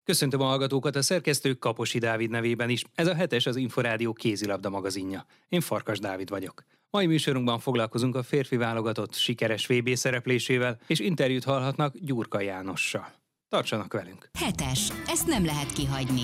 Köszöntöm a hallgatókat, a szerkesztő Kaposi Dávid nevében is. Ez a hetes az Inforádió kézilabda magazinja. Én Farkas Dávid vagyok. Mai műsorunkban foglalkozunk a férfi válogatott sikeres VB szereplésével, és interjút hallhatnak Gyurka Jánossal. Tartsanak velünk! Hetes. Ezt nem lehet kihagyni.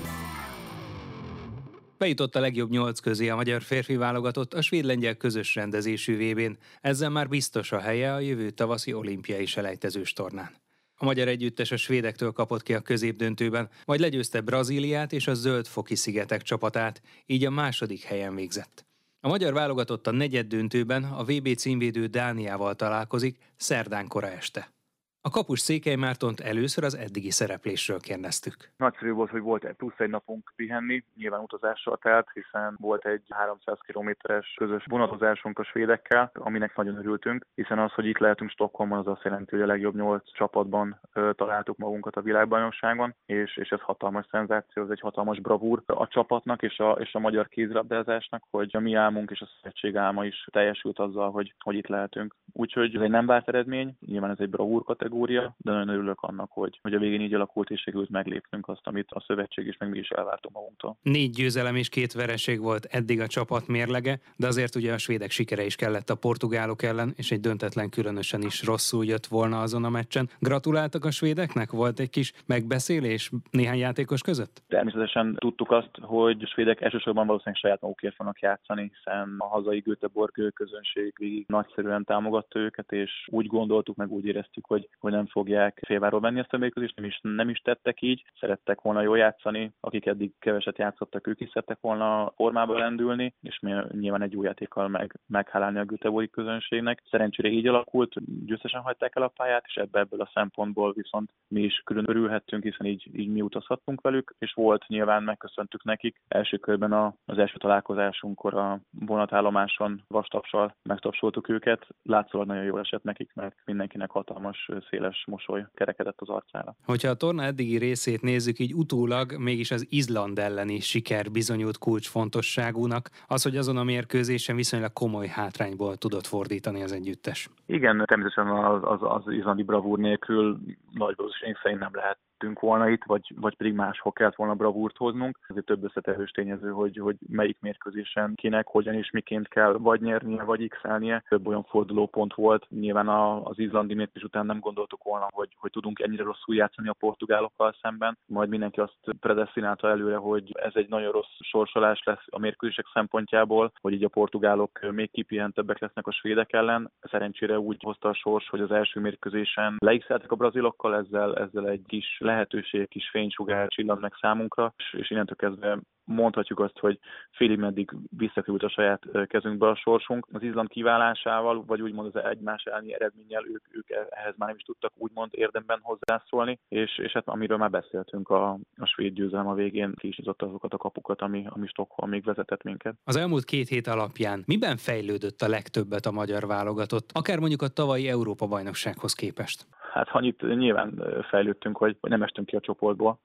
Bejutott a legjobb 8 közé a magyar férfi válogatott a svéd-lengyel közös rendezésű VB-n. Ezzel már biztos a helye a jövő tavaszi olimpiai selejtezős tornán. A magyar együttes a svédektől kapott ki a középdöntőben, majd legyőzte Brazíliát és a Zöld-foki-szigetek csapatát, így a második helyen végzett. A magyar válogatott a negyeddöntőben a VB címvédő Dániával találkozik szerdán kora este. A kapus Székely Mártont először az eddigi szereplésről kérdeztük. Nagyszerű volt, hogy volt plusz egy napunk pihenni, nyilván utazással telt, hiszen volt egy 300 kilométeres közös vonatozásunk a svédekkel, aminek nagyon örültünk, hiszen az, hogy itt lehetünk Stockholmban, az azt jelenti, hogy a legjobb 8 csapatban találtuk magunkat a világbajnokságon, és ez hatalmas szenzáció, ez egy hatalmas bravúr a csapatnak és a magyar kézilabdázásnak, hogy a mi álmunk és a szövetség álma is teljesült azzal, hogy itt lehetünk. Úgyhogy ez egy nem várt eredmény, nyilván ez egy bravúr kategória, de nagyon örülök annak, hogy a végén így alakult és sikerült meglépnünk azt, amit a szövetség is meg mi is elvártunk magunktól. 4 győzelem és 2 vereség volt eddig a csapat mérlege, de azért ugye a svédek sikere is kellett a portugálok ellen, és egy döntetlen különösen is rosszul jött volna azon a meccsen. Gratuláltak a svédeknek? Volt egy kis megbeszélés néhány játékos között? Természetesen tudtuk azt, hogy a svédek elsősorban valószínűleg saját magukért fognak játszani, hiszen a hazai Göteborg közönség végig nagyszerűen támogatta őket, és úgy gondoltuk, meg úgy éreztük, hogy nem fogják félváról venni ezt a mérkőzést, nem is tettek így. Szerettek volna jól játszani, akik eddig keveset játszottak, ők is szerettek volna formába lendülni, és nyilván egy új játékkal meghálálni a göteborgi közönségnek. Szerencsére így alakult, győztesen hagyták el a pályát, és ebből a szempontból viszont mi is külön örülhettünk, hiszen így mi utazhattunk velük, és volt nyilván megköszöntük nekik. Első körben az első találkozásunkkor a vonatállomáson vastapssal megtapsoltuk őket. Látszólag nagyon jól esett nekik, mert mindenkinek hatalmas széles mosoly kerekedett az arcára. Hogyha a torna eddigi részét nézzük, így utólag mégis az Izland elleni siker bizonyult kulcsfontosságúnak, az, hogy azon a mérkőzésen viszonylag komoly hátrányból tudott fordítani az együttes. Igen, természetesen az izlandi bravúr nélkül nagy valószínűség szerint nem lehet volna itt, vagy pedig máshol kellett volna bravúrt hoznunk. Ez egy több összetevős tényező, hogy melyik mérkőzésen kinek, hogyan és miként kell vagy nyernie, vagy x-elnie. Több olyan fordulópont volt. Nyilván az izlandi mérkőzés után nem gondoltuk volna, hogy tudunk ennyire rosszul játszani a portugálokkal szemben. Majd mindenki azt predesztinálta előre, hogy ez egy nagyon rossz sorsolás lesz a mérkőzések szempontjából, hogy így a portugálok még kipihentebbek lesznek a svédek ellen. Szerencsére úgy hozta a sors, hogy az első mérkőzésen leixeltek a brazilokkal, ezzel egy kis lehetőség, kis fénysugár csillan meg számunkra, és innentől kezdve mondhatjuk azt, hogy félig meddig visszakerült a saját kezünkbe a sorsunk. Az Izland kiválásával, vagy úgymond az egymás elleni eredménnyel ők ehhez már nem is tudtak úgymond érdemben hozzászólni, és hát amiről már beszéltünk, a svéd győzelem a végén ki is nyitott azokat a kapukat, ami Stockholm még vezetett minket. Az elmúlt 2 hét alapján miben fejlődött a legtöbbet a magyar válogatott, akár mondjuk a tavalyi Európa-bajnoksághoz képest? Hát annyit nyilván fejlődtünk, hogy nem estünk ki a csoportból,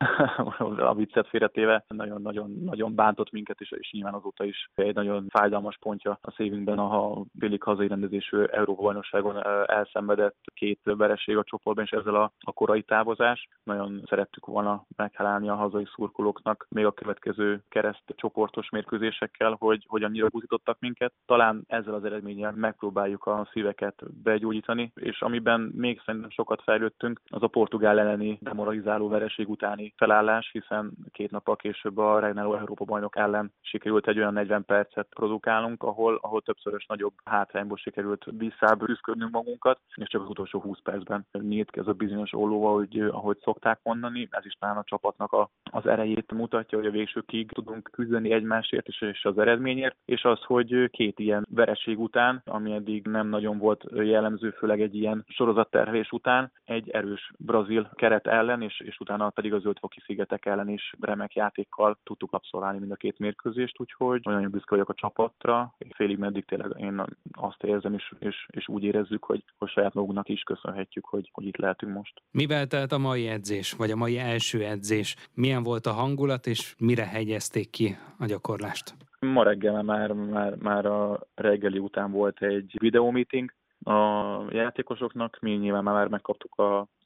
a viccet félretéve. Nagyon bántott minket, és nyilván azóta is egy nagyon fájdalmas pontja a szívünkben, a félig hazai rendezésű Európa-bajnokságon elszenvedett 2 vereség a csoportban, és ezzel a korai távozás. Nagyon szerettük volna meghálálni a hazai szurkolóknak még a következő kereszt csoportos mérkőzésekkel, hogy annyira buzítottak minket. Talán ezzel az eredménnyel megpróbáljuk a szíveket begyógyítani, és amiben még szerintem sokat fejlődtünk, az a portugál elleni demoralizáló vereség utáni felállás, hiszen 2 nappal később a regnáló Európa-bajnok ellen sikerült egy olyan 40 percet produkálnunk, ahol többszörös nagyobb hátrányból sikerült visszább rüszködnünk magunkat, és csak az utolsó 20 percben nyílt ki ez a bizonyos olló, ahogy szokták mondani. Ez is talán a csapatnak az erejét mutatja, hogy a végsőkig tudunk küzdeni egymásért és az eredményért, és az, hogy 2 ilyen vereség után, ami eddig nem nagyon volt jellemző, főleg egy ilyen sorozatterhelés után, egy erős brazil keret ellen, és utána pedig a Zöld-foki-szigetek ellen is remek játékkal tudtuk abszolválni mind a 2 mérkőzést, úgyhogy nagyon büszke vagyok a csapatra. Félig meddig tényleg én azt érzem, és úgy érezzük, hogy saját magunknak is köszönhetjük, hogy itt lehetünk most. Mivel telt a mai edzés, vagy a mai első edzés? Milyen volt a hangulat, és mire hegyezték ki a gyakorlást? Ma reggel már a reggeli után volt egy videómeeting a játékosoknak, mi nyilván már megkaptuk a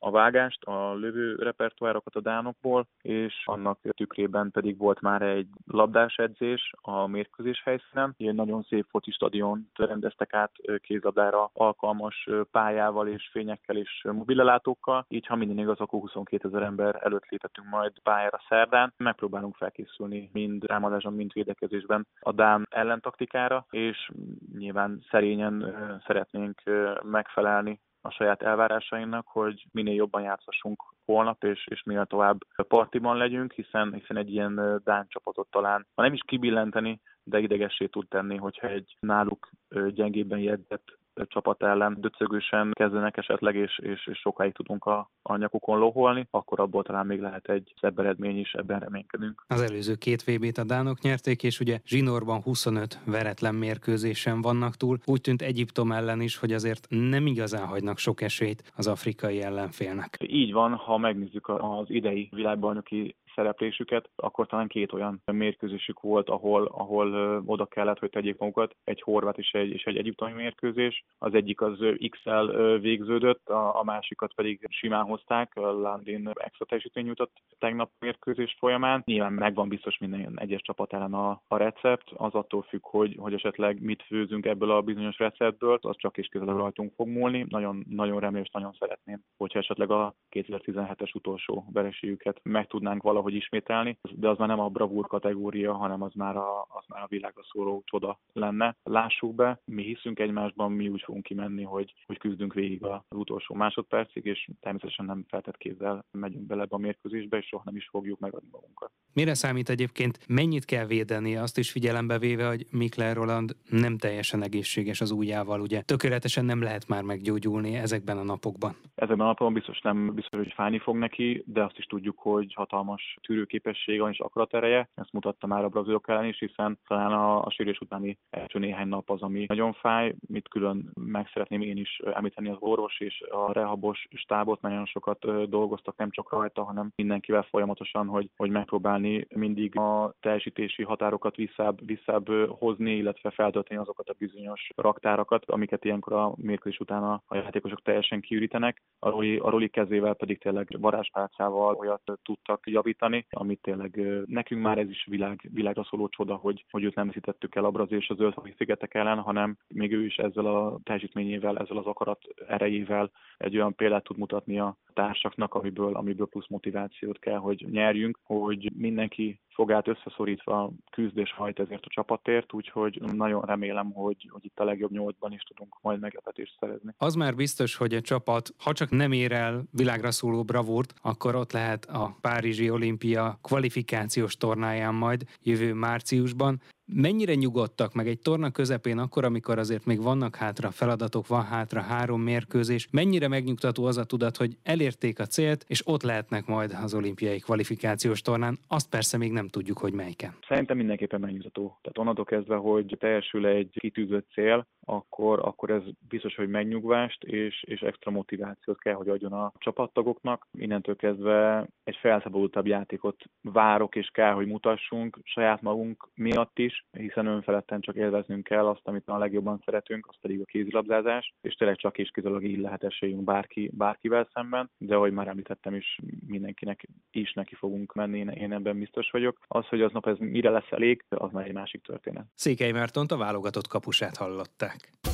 a vágást, a lövő repertoárokat a dánokból, és annak tükrében pedig volt már egy labdás edzés a mérkőzés helyszínen. Egy nagyon szép foci stadiont rendeztek át kézlabdára alkalmas pályával és fényekkel és mobilelátókkal. Így, ha minden igaz, akkor 22 000 ember előtt léphetünk majd pályára szerdán. Megpróbálunk felkészülni mind támadásban, mind védekezésben a dán ellentaktikára, és nyilván szerényen szeretnénk megfelelni a saját elvárásainknak, hogy minél jobban játszhassunk holnap, és minél tovább partiban legyünk, hiszen egy ilyen dán csapatot talán, ha nem is kibillenteni, de idegessé tud tenni, hogyha egy náluk gyengébben jegyzett csapat ellen döcögősen kezdenek esetleg, és sokáig tudunk a nyakukon loholni, akkor abból talán még lehet egy szebb eredmény is, ebben reménykedünk. Az előző 2 VB-t a dánok nyerték, és ugye zsinórban 25 veretlen mérkőzésen vannak túl. Úgy tűnt Egyiptom ellen is, hogy azért nem igazán hagynak sok esélyt az afrikai ellenfélnek. Így van, ha megnézzük az idei világbajnoki szereplésüket, akkor talán 2 olyan mérkőzésük volt, ahol oda kellett, hogy tegyék magukat, egy horvát és egy egyiptomi mérkőzés. Az egyik az X-el végződött, a másikat pedig simán hozták, Landin extra teljesítmény nyújtott tegnap mérkőzés folyamán. Nyilván megvan biztos minden egyes csapat ellen a recept, az attól függ, hogy esetleg mit főzünk ebből a bizonyos receptből, az csak és kizárólag rajtunk fog múlni. Nagyon, nagyon remélem és nagyon szeretném, hogyha esetleg a 2017-es utolsó vereségüket meg tudnánk valahogy ismételni, de az már nem a bravúr kategória, hanem az már a világra szóló csoda lenne. Lássuk be, mi hiszünk egymásban, mi úgy fogunk kimenni, hogy küzdünk végig az utolsó másodpercig, és természetesen nem feltett kézzel megyünk bele ebbe a mérkőzésbe, és soha nem is fogjuk megadni magunkat. Mire számít egyébként, mennyit kell védeni, azt is figyelembe véve, hogy Mikler Roland nem teljesen egészséges az ujjával, ugye tökéletesen nem lehet már meggyógyulni ezekben a napokban. Ezekben a napokban biztos, hogy fájni fog neki, de azt is tudjuk, hogy hatalmas tűrőképessége van és akaratereje. Ezt mutatta már a brazilok ellen is, hiszen talán a sérülés utáni első néhány nap az, ami nagyon fáj. Mit külön meg szeretném én is említeni az orvos és a rehabos stábot, nagyon sokat dolgoztak nem csak rajta, hanem mindenkivel folyamatosan, hogy megpróbálni mindig a teljesítési határokat visszább hozni, illetve feltölteni azokat a bizonyos raktárakat, amiket ilyenkor a mérkőzés után a játékosok teljesen kiürítenek. A Roli kezével pedig tényleg varázspálcával olyat tudtak javítani, amit tényleg nekünk már ez is világra szóló csoda, hogy őt nem veszítettük el a brazil és a zöld szigetek ellen, hanem még ő is ezzel a teljesítményével, ezzel az akarat erejével egy olyan példát tud mutatni a társaknak, amiből plusz motivációt kell, hogy nyerjünk, hogy mindenki fogát összeszorítva küzd és hajt ezért a csapatért, úgyhogy nagyon remélem, hogy itt a legjobb 8-ban is tudunk majd meglepetést szerezni. Az már biztos, hogy a csapat, ha csak nem ér el világra szóló bravúrt, akkor ott lehet a Párizsi Olimpia kvalifikációs tornáján majd jövő márciusban. Mennyire nyugodtak meg egy torna közepén akkor, amikor azért még vannak hátra feladatok, van hátra 3 mérkőzés, mennyire megnyugtató az a tudat, hogy elérték a célt, és ott lehetnek majd az olimpiai kvalifikációs tornán, azt persze még nem tudjuk, hogy melyiken. Szerintem mindenképpen megnyugtató. Tehát onnantól kezdve, hogy teljesül egy kitűzött cél, akkor ez biztos, hogy megnyugvást és extra motivációt kell, hogy adjon a csapattagoknak. Innentől kezdve egy felszabadultabb játékot várok és kell, hogy mutassunk saját magunk miatt is, hiszen önfeledten csak élveznünk kell azt, amit a legjobban szeretünk, az pedig a kézilabdázás, és tényleg csak és kizárólag így lehet esélyünk bárkivel szemben, de ahogy már említettem is, mindenkinek is neki fogunk menni, én ebben biztos vagyok. Az, hogy aznap ez mire lesz elég, az már egy másik történet. Székely Mártont, a válogatott kapusát hallották.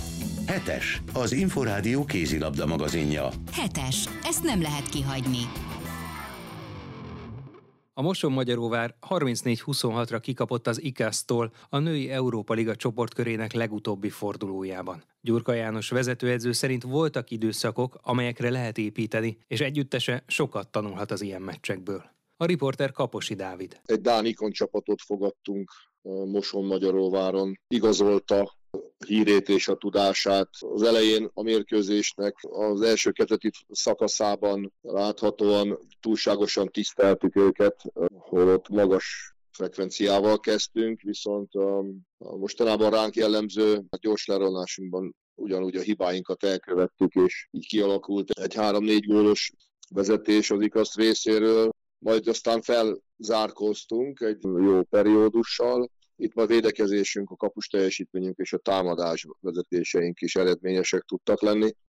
7-es, az Inforádió kézilabda magazinja. 7-es, ezt nem lehet kihagyni. A Mosonmagyaróvár 34-26-ra kikapott az IKASZ-tól a női Európa Liga csoportkörének legutóbbi fordulójában. Gyurka János vezetőedző szerint voltak időszakok, amelyekre lehet építeni, és együttese sokat tanulhat az ilyen meccsekből. A riporter Kaposi Dávid. Egy dán ikon csapatot fogadtunk Mosonmagyaróváron. Igazolta hírét és a tudását. Az elején a mérkőzésnek az első kezdeti szakaszában láthatóan túlságosan tiszteltük őket, holott magas frekvenciával kezdtünk, viszont a mostanában ránk jellemző a gyors leronásunkban ugyanúgy a hibáinkat elkövettük, és így kialakult egy 3-4 gólos vezetés az IKASZ részéről, majd aztán felzárkóztunk egy jó periódussal. Itt a védekezésünk, a kapus teljesítményünk és a támadás vezetéseink is eredményesek tudtak lenni.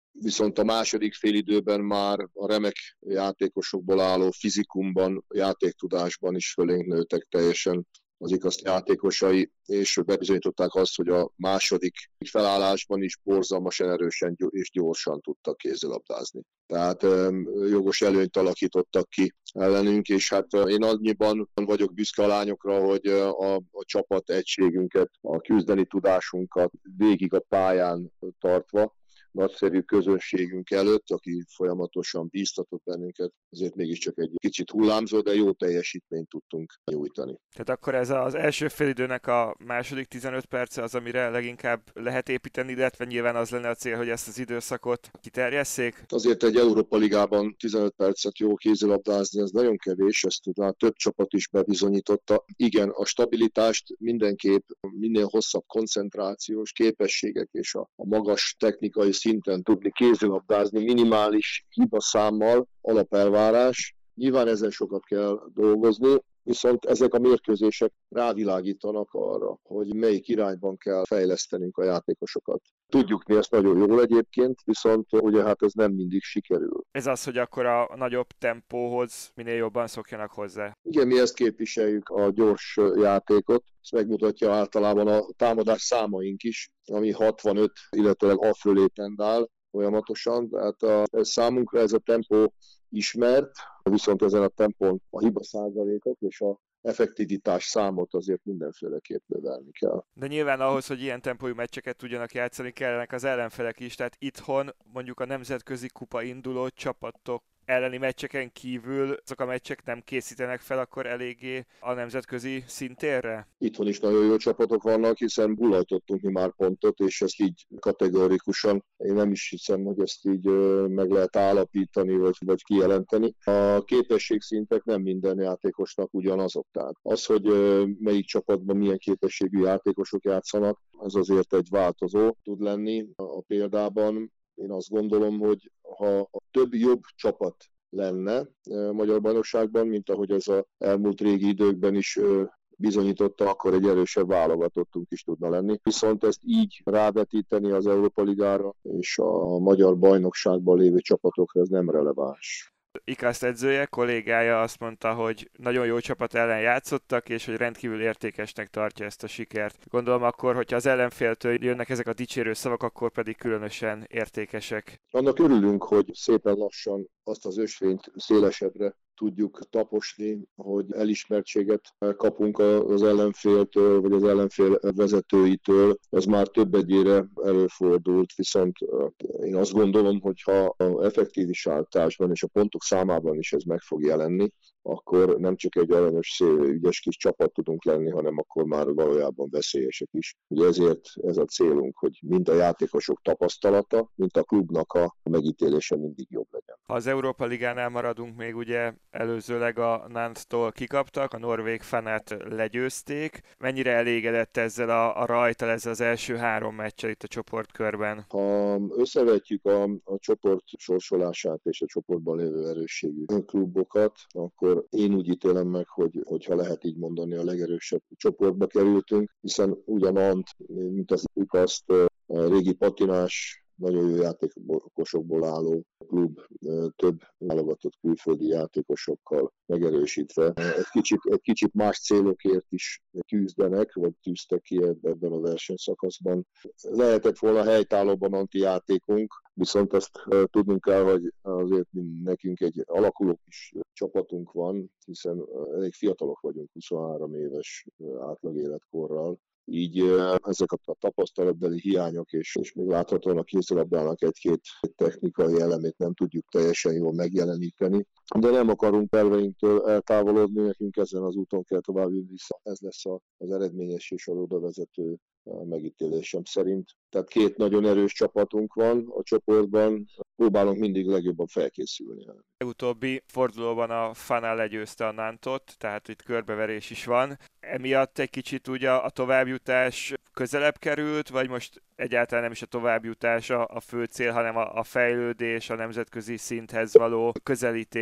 viszont a második félidőben már a remek játékosokból álló fizikumban, játéktudásban is fölénk nőttek teljesen az igaz játékosai, és bebizonyították azt, hogy a második felállásban is borzalmasan erősen és gyorsan tudtak kézilabdázni. Tehát jogos előnyt alakítottak ki ellenünk, és hát én annyiban vagyok büszke a lányokra, hogy a csapat egységünket, a küzdeni tudásunkat végig a pályán tartva, nagyszerű közönségünk előtt, aki folyamatosan bíztatott bennünket, azért mégiscsak egy kicsit hullámzó, de jó teljesítményt tudtunk nyújtani. Tehát akkor ez az első félidőnek a második 15 perce az, amire leginkább lehet építeni, illetve nyilván az lenne a cél, hogy ezt az időszakot kiterjesszék? Azért egy Európa Ligában 15 percet jó kézilabdázni, ez nagyon kevés, ezt már több csapat is bebizonyította. Igen, a stabilitást mindenképp minél hosszabb koncentrációs képességek és a magas technikai szinten tudni kézilabdázni minimális hibaszámmal alapelvárás. Nyilván ezen sokat kell dolgozni, viszont ezek a mérkőzések rávilágítanak arra, hogy melyik irányban kell fejlesztenünk a játékosokat. Tudjuk mi ezt nagyon jól egyébként, viszont ugye hát ez nem mindig sikerül. Ez az, hogy akkor a nagyobb tempóhoz minél jobban szokjanak hozzá. Igen, mi ezt képviseljük, a gyors játékot. Ezt megmutatja általában a támadás számaink is, ami 65, illetőleg afölé tendál folyamatosan. Tehát számunkra ez a tempó ismert, viszont ezen a tempón a hiba százalékot és a effektivitás számot azért mindenféleképp növelni kell. De nyilván ahhoz, hogy ilyen tempójú meccseket tudjanak játszani, kellenek az ellenfelek is, tehát itthon mondjuk a nemzetközi kupa induló csapatok elleni meccseken kívül azok a meccsek nem készítenek fel akkor eléggé a nemzetközi szintérre? Itthon is nagyon jó csapatok vannak, hiszen bullajtottunk mi már pontot, és ezt így kategorikusan, én nem is hiszem, hogy ezt így meg lehet állapítani, vagy kijelenteni. A képességszintek nem minden játékosnak ugyanazok. Tehát az, hogy melyik csapatban milyen képességű játékosok játszanak, ez azért egy változó tud lenni a példában. Én azt gondolom, hogy ha több jobb csapat lenne a Magyar Bajnokságban, mint ahogy ez az elmúlt régi időkben is bizonyította, akkor egy erősebb válogatottunk is tudna lenni. Viszont ezt így rávetíteni az Európa Ligára és a Magyar Bajnokságban lévő csapatokra, ez nem releváns. Ikaszt edzője, kollégája azt mondta, hogy nagyon jó csapat ellen játszottak, és hogy rendkívül értékesnek tartja ezt a sikert. Gondolom akkor, hogyha az ellenféltől jönnek ezek a dicsérő szavak, akkor pedig különösen értékesek. Annak örülünk, hogy szépen lassan azt az ösvényt szélesebbre tudjuk taposni, hogy elismertséget kapunk az ellenféltől, vagy az ellenfél vezetőitől. Ez már több egyére előfordult, viszont én azt gondolom, hogy ha a effektivitásban és a pontok számában is ez meg fog jelenni, akkor nem csak egy aranyos, ügyes kis csapat tudunk lenni, hanem akkor már valójában veszélyesek is. Ugye ezért ez a célunk, hogy mind a játékosok tapasztalata, mind a klubnak a megítélése mindig jobb legyen. Ha az Európa Ligánál maradunk, még ugye előzőleg a Nantes-tól kikaptak, a norvég Fanát legyőzték. Mennyire elégedett ezzel a rajttal, ezzel az első 3 meccsel itt a csoportkörben? Ha összevetjük a csoport sorsolását és a csoportban lévő erősségű klubokat, akkor én úgy ítélem meg, hogyha lehet így mondani, a legerősebb csoportba kerültünk, hiszen ugyanant, mint az Ikaszt, régi patinás, nagyon jó játékosokból álló klub, több válogatott külföldi játékosokkal megerősítve. Egy kicsit más célokért is küzdenek, vagy tűztek ki ebben a versenyszakaszban. Lehetett volna helytállóban antijátékunk, viszont ezt tudnunk kell, hogy azért nekünk egy alakuló kis csapatunk van, hiszen elég fiatalok vagyunk, 23 éves átlag életkorral. Így ezek a tapasztalatbeli hiányok, és még láthatóan a kézilabdának egy-két technikai elemét nem tudjuk teljesen jól megjeleníteni. De nem akarunk terveinktől eltávolodni, nekünk ezen az úton kell tovább jönni vissza. Ez lesz az eredményes és az odavezető megítélésem szerint. Tehát 2 nagyon erős csapatunk van a csoportban, próbálunk mindig legjobban felkészülni. A utóbbi fordulóban a Fana legyőzte a Nantot, tehát itt körbeverés is van. Emiatt egy kicsit ugye a továbbjutás közelebb került, vagy most egyáltalán nem is a továbbjutás a fő cél, hanem a fejlődés, a nemzetközi szinthez való közelítés?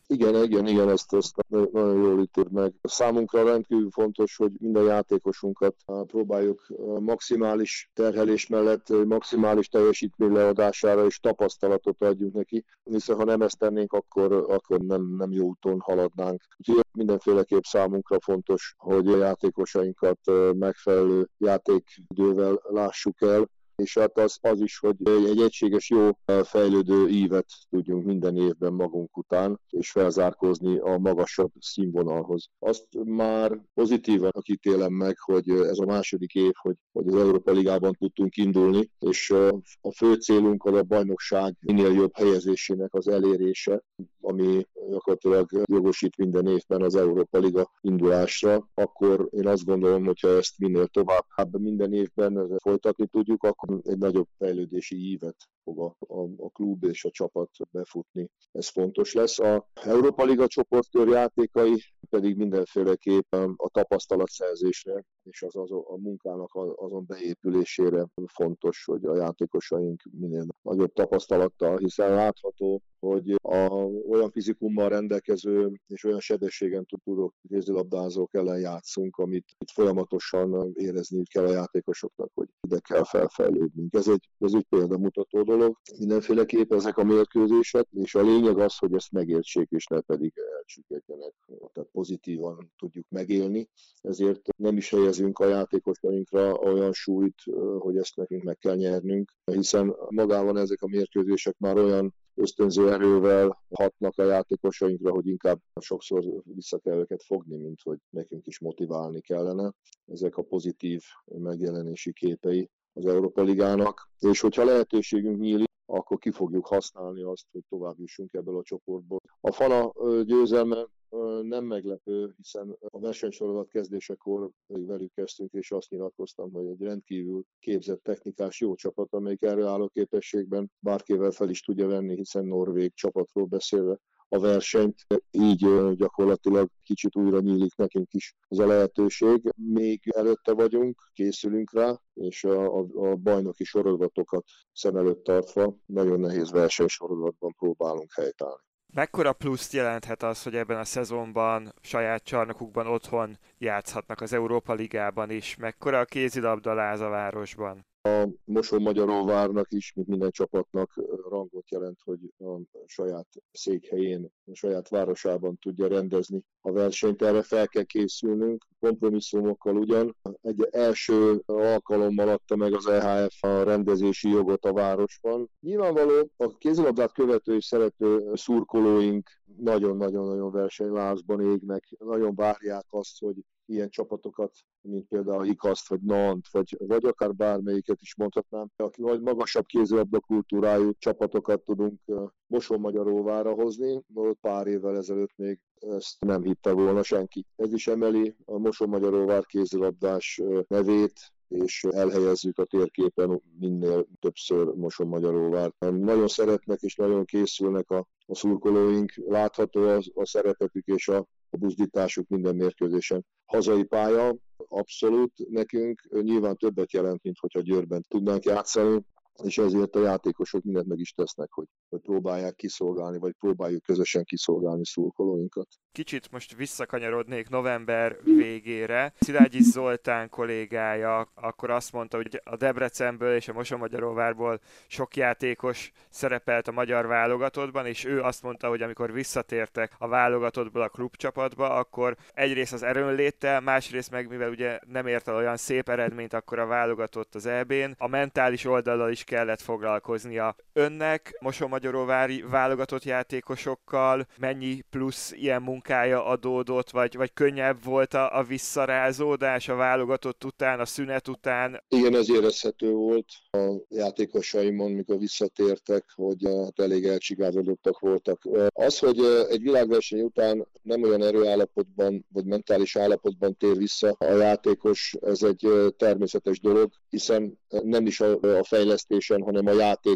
Igen, ezt nagyon jól ítél meg. Számunkra rendkívül fontos, hogy minden játékosunkat próbáljuk maximális terhelés mellett maximális teljesítmény leadására és tapasztalatot adjunk neki, hiszen ha nem ezt tennénk, akkor nem jó úton haladnánk. Úgyhogy mindenféleképp számunkra fontos, hogy a játékosainkat megfelelő játékidővel lássuk el, és hát az is, hogy egy egységes, jó fejlődő ívet tudjunk minden évben magunk után, és felzárkózni a magasabb színvonalhoz. Azt már pozitívan ítélem meg, hogy ez a második év, hogy az Európa Ligában tudtunk indulni, és a fő célunk az a bajnokság minél jobb helyezésének az elérése, ami gyakorlatilag jogosít minden évben az Európa Liga indulásra. Akkor én azt gondolom, hogyha ezt minél tovább minden évben folytatni tudjuk, akkor egy nagyobb fejlődési ívet fog a klub és a csapat befutni. Ez fontos lesz. A Európa Liga csoportkör játékai pedig mindenféleképpen a tapasztalatszerzésre és a munkának azon beépülésére fontos, hogy a játékosaink minél nagyobb tapasztalattal, hiszen látható, hogy olyan fizikummal rendelkező és olyan sebességen tudó kézilabdázók ellen játszunk, amit itt folyamatosan érezniük kell a játékosoknak, hogy ide kell felfejlődnünk. Ez egy példamutató dolog. Mindenféleképp ezek a mérkőzések, és a lényeg az, hogy ezt megértsék, és ne pedig elcsüggedjenek. Tehát pozitívan tudjuk megélni. Ezért nem is helyezünk a játékosainkra olyan súlyt, hogy ezt nekünk meg kell nyernünk, hiszen magában ezek a mérkőzések már olyan ösztönző erővel hatnak a játékosainkra, hogy inkább sokszor vissza kell őket fogni, mint hogy nekünk is motiválni kellene. Ezek a pozitív megjelenési képei az Európa Ligának, és hogyha lehetőségünk nyílik, akkor ki fogjuk használni azt, hogy tovább jussunk ebből a csoportból. A FANA győzelme nem meglepő, hiszen a versenysorozat kezdésekor velük kezdtünk, és azt nyilatkoztam, hogy egy rendkívül képzett technikás jó csapat, amelyik erre álló képességben bárkivel fel is tudja venni, hiszen norvég csapatról beszélve a versenyt, így gyakorlatilag kicsit újra nyílik nekünk is ez a lehetőség. Még előtte vagyunk, készülünk rá, és a bajnoki sorozatokat szem előtt tartva nagyon nehéz versenysorozatban próbálunk helytállni. Mekkora pluszt jelenthet az, hogy ebben a szezonban saját csarnokukban otthon játszhatnak az Európa Ligában is? Mekkora a kézilabda Lázavárosban? A Mosonmagyaróvárnak is, mint minden csapatnak rangot jelent, hogy a saját székhelyén, a saját városában tudja rendezni a versenyt. Erre fel kell készülnünk, kompromisszumokkal ugyan. Egy első alkalommal adta meg az EHF a rendezési jogot a városban. Nyilvánvaló, a kézilabdát követő és szerető szurkolóink nagyon-nagyon versenylázban égnek, nagyon várják azt, hogy ilyen csapatokat, mint például a Ikaszt, vagy Nant, vagy akár bármelyiket is mondhatnám, aki vagy magasabb kézilabda kultúrájú csapatokat tudunk Mosonmagyaróvárra hozni, ott pár évvel ezelőtt még ezt nem hitte volna senki. Ez is emeli a Mosonmagyaróvár kézilabdás nevét, és elhelyezzük a térképen minél többször Mosonmagyaróvárt. Nagyon szeretnek és nagyon készülnek a szurkolóink, látható a szeretetük és a buzdításuk minden mérkőzésen. Hazai pálya, abszolút nekünk nyilván többet jelent, mint hogyha Győrben tudnánk játszani, és ezért a játékosok mindent meg is tesznek, hogy próbálják kiszolgálni, vagy próbáljuk közösen kiszolgálni szurkolóinkat. Kicsit most visszakanyarodnék november végére. Szilágyi Zoltán kollégája akkor azt mondta, hogy a Debrecenből és a Mosonmagyaróvárból sok játékos szerepelt a magyar válogatottban, és ő azt mondta, hogy amikor visszatértek a válogatottból a klubcsapatba, akkor egyrészt az erőnléttel, másrészt meg, mivel ugye nem ért el olyan szép eredményt akkor a válogatott az EB-n, a mentális oldallal is kellett foglalkoznia. Önnek Mosonmagyaróvári válogatott játékosokkal mennyi plusz ilyen munkája adódott, vagy könnyebb volt a visszarázódás a válogatott után, a szünet után? Igen, ez érezhető volt a játékosaimon, mikor visszatértek, hogy elég elcsigázódottak voltak. Az, hogy egy világverseny után nem olyan erőállapotban, vagy mentális állapotban tér vissza a játékos, ez egy természetes dolog, hiszen nem is a fejlesztésen, hanem a játékon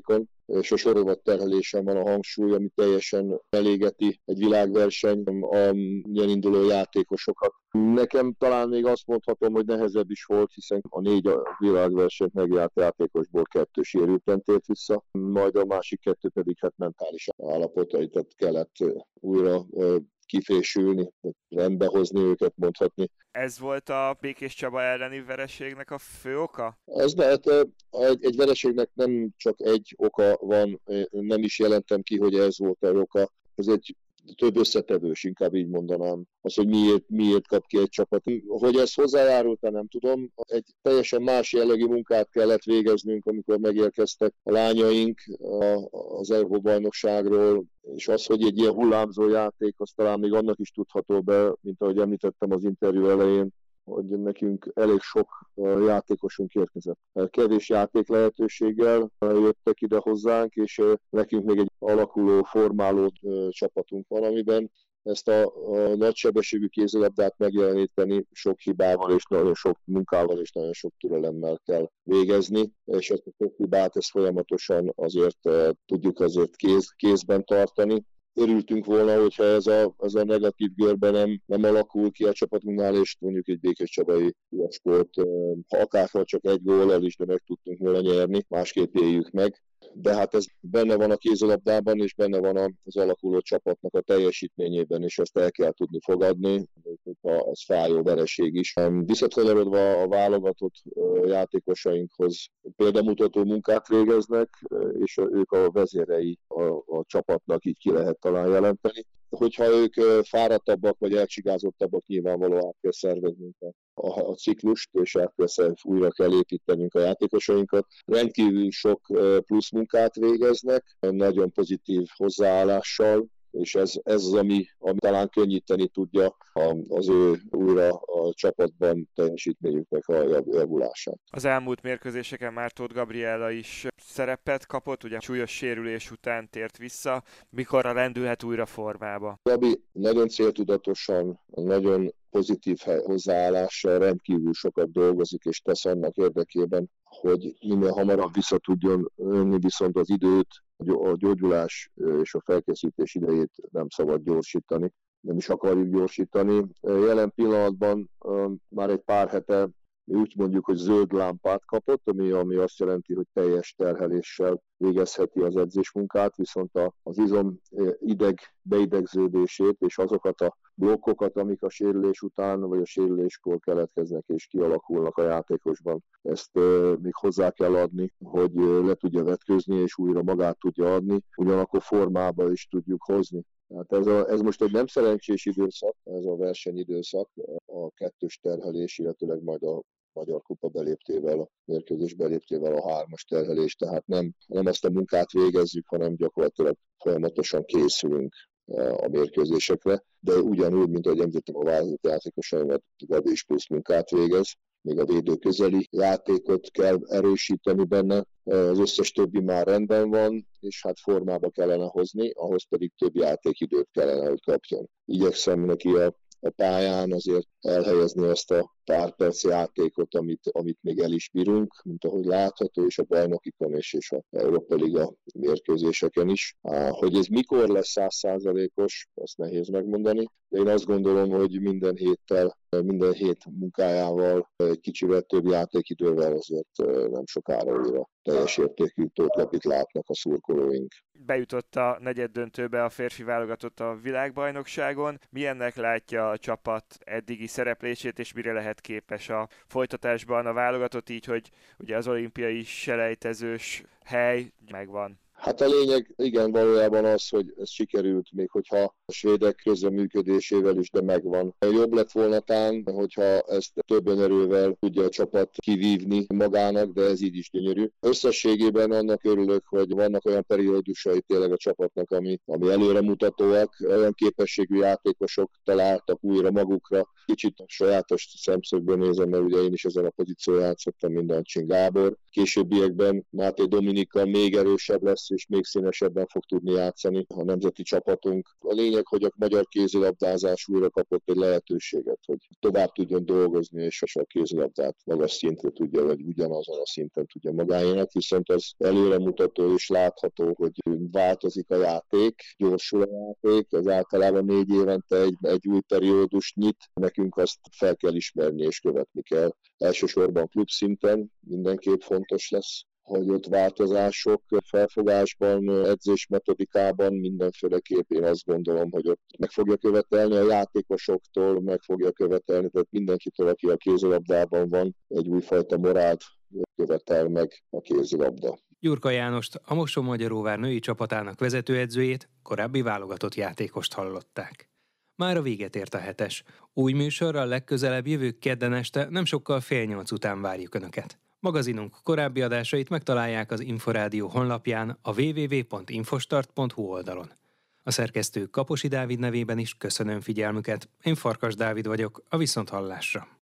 és a sorozat terhelésen van a hangsúly, ami teljesen elégeti egy világverseny a induló játékosokat. Nekem talán még azt mondhatom, hogy nehezebb is volt, hiszen a 4 világversenyt megjárt játékosból 2 sérülten tért vissza, majd a másik 2 pedig mentális állapotait, tehát kellett újra kifésülni, rendbehozni őket, mondhatni. Ez volt a Békés Csaba elleni vereségnek a fő oka? Ez lehet, egy vereségnek nem csak egy oka van, nem is jelentem ki, hogy ez volt az oka. Ez egy több összetevős, inkább így mondanám. Az, hogy miért kap ki egy csapat. Hogy ez hozzájárult, nem tudom. Egy teljesen más jellegű munkát kellett végeznünk, amikor megérkeztek a lányaink az Európa-bajnokságról, és az, hogy egy ilyen hullámzó játék, az talán még annak is tudható be, mint ahogy említettem az interjú elején, hogy nekünk elég sok játékosunk érkezett. Kevés játék lehetőséggel jöttek ide hozzánk, és nekünk még egy alakuló, formáló csapatunk van, amiben ezt a nagysebességű kézilabdát megjeleníteni sok hibával és nagyon sok munkával és nagyon sok türelemmel kell végezni, és ezt a sok hibát ezt folyamatosan azért tudjuk kézben tartani. Örültünk volna, hogyha ez a negatív görbe nem alakul ki a csapatunknál, és mondjuk egy Békés Csabai fiaskót, ha akárha csak egy góllal is, de meg tudtunk volna nyerni, másképp éljük meg. De hát ez benne van a kézilabdában, és benne van az alakuló csapatnak a teljesítményében, és ezt el kell tudni fogadni, hogyha ez fájó vereség is. Visszakanyarodva a válogatott játékosainkhoz példamutató munkát végeznek, és ők a vezérei a csapatnak, így ki lehet talán jelenteni. Hogyha ők fáradtabbak vagy elcsigázottabbak, nyilvánvalóan át kell szerveznünk a ciklust, és újra kell építenünk a játékosainkat. Rendkívül sok plusz munkát végeznek, nagyon pozitív hozzáállással, és ez az, ami talán könnyíteni tudja az ő újra a csapatban teljesítményüknek a javulását. Az elmúlt mérkőzéseken már Tóth Gabriella is szerepet kapott, ugye súlyos sérülés után tért vissza. Mikorra lendülhet újra formába? Gabi nagyon céltudatosan, nagyon pozitív hozzáállással rendkívül sokat dolgozik és tesz annak érdekében, hogy minél hamarabb vissza tudjon önni, viszont az időt, a gyógyulás és a felkészítés idejét nem szabad gyorsítani, nem is akarjuk gyorsítani. Jelen pillanatban már egy pár hete úgy mondjuk, hogy zöld lámpát kapott, ami azt jelenti, hogy teljes terheléssel végezheti az edzésmunkát, viszont az izom beidegződését és azokat a blokkokat, amik a sérülés után vagy a sérüléskor keletkeznek és kialakulnak a játékosban. Ezt még hozzá kell adni, hogy le tudja vetkőzni és újra magát tudja adni, ugyanakkor formába is tudjuk hozni. Tehát ez most egy nem szerencsés időszak, ez a versenyidőszak, a 2-s terhelés, illetőleg majd a Magyar Kupa beléptével, a mérkőzés beléptével a 3-as terhelés, tehát nem azt a munkát végezzük, hanem gyakorlatilag folyamatosan készülünk a mérkőzésekre, de ugyanúgy, mint ahogy említettem, a válogatott játékosaimat Gabi is plusz munkát végez, még a védőközeli játékot kell erősíteni benne, az összes többi már rendben van, és hát formába kellene hozni, ahhoz pedig több játékidőt kellene, hogy kapjon. Igyekszem neki a pályán azért elhelyezni azt a pár perc játékot, amit még el is bírunk, mint ahogy látható, és a bajnokikon és a Európa Liga mérkőzéseken is. Hogy ez mikor lesz 100%-os, azt nehéz megmondani, de én azt gondolom, hogy minden hét munkájával, egy kicsivel több játékidővel azért nem sokára újra teljes értékű Tóth Gabit látnak a szurkolóink. Bejutott a negyeddöntőbe a férfi válogatott a világbajnokságon. Milyennek látja a csapat eddigi szereplését, és mire lehet képes a folytatásban a válogatott, így, hogy ugye az olimpiai selejtezős hely megvan? Hát a lényeg igen valójában az, hogy ez sikerült, még hogyha a svédek közreműködésével is, de megvan. Jobb lett volna tán, hogyha ezt több önerővel tudja a csapat kivívni magának, de ez így is gyönyörű. Összességében annak örülök, hogy vannak olyan periódusai tényleg a csapatnak, ami előremutatóak, olyan képességű játékosok találtak újra magukra. Kicsit sajátos szemszögből nézem, mert ugye én is ezen a pozíción játszottam, mint Ancsin Gábor. Későbbiekben Máté Dominika még erősebb lesz és még színesebben fog tudni játszani a nemzeti csapatunk. A lényeg, hogy a magyar kézilabdázás újra kapott egy lehetőséget, hogy tovább tudjon dolgozni, és a kézilabdát magas szintre tudja, vagy ugyanazon a szinten tudja magáénak, viszont az előremutató és látható, hogy változik a játék, gyorsul a játék, ez általában 4 évente egy új periódus nyit, nekünk azt fel kell ismerni és követni kell. Elsősorban klubszinten mindenképp fontos lesz, hogy ott változások felfogásban, edzésmetodikában mindenféleképp én azt gondolom, hogy ott meg fogja követelni a játékosoktól, meg fogja követelni, tehát mindenkitől, aki a kézilabdában van, egy újfajta morált követel meg a kézilabda. Gyurka Jánost, a Mosonmagyaróvár női csapatának vezetőedzőjét, korábbi válogatott játékost hallották. Mára véget ért a hetes. Új műsorral legközelebb jövő kedden este nem sokkal 7:30 után várjuk Önöket. Magazinunk korábbi adásait megtalálják az Inforádió honlapján, a www.infostart.hu oldalon. A szerkesztő Kaposi Dávid nevében is köszönöm figyelmüket. Én Farkas Dávid vagyok, a viszonthallásra.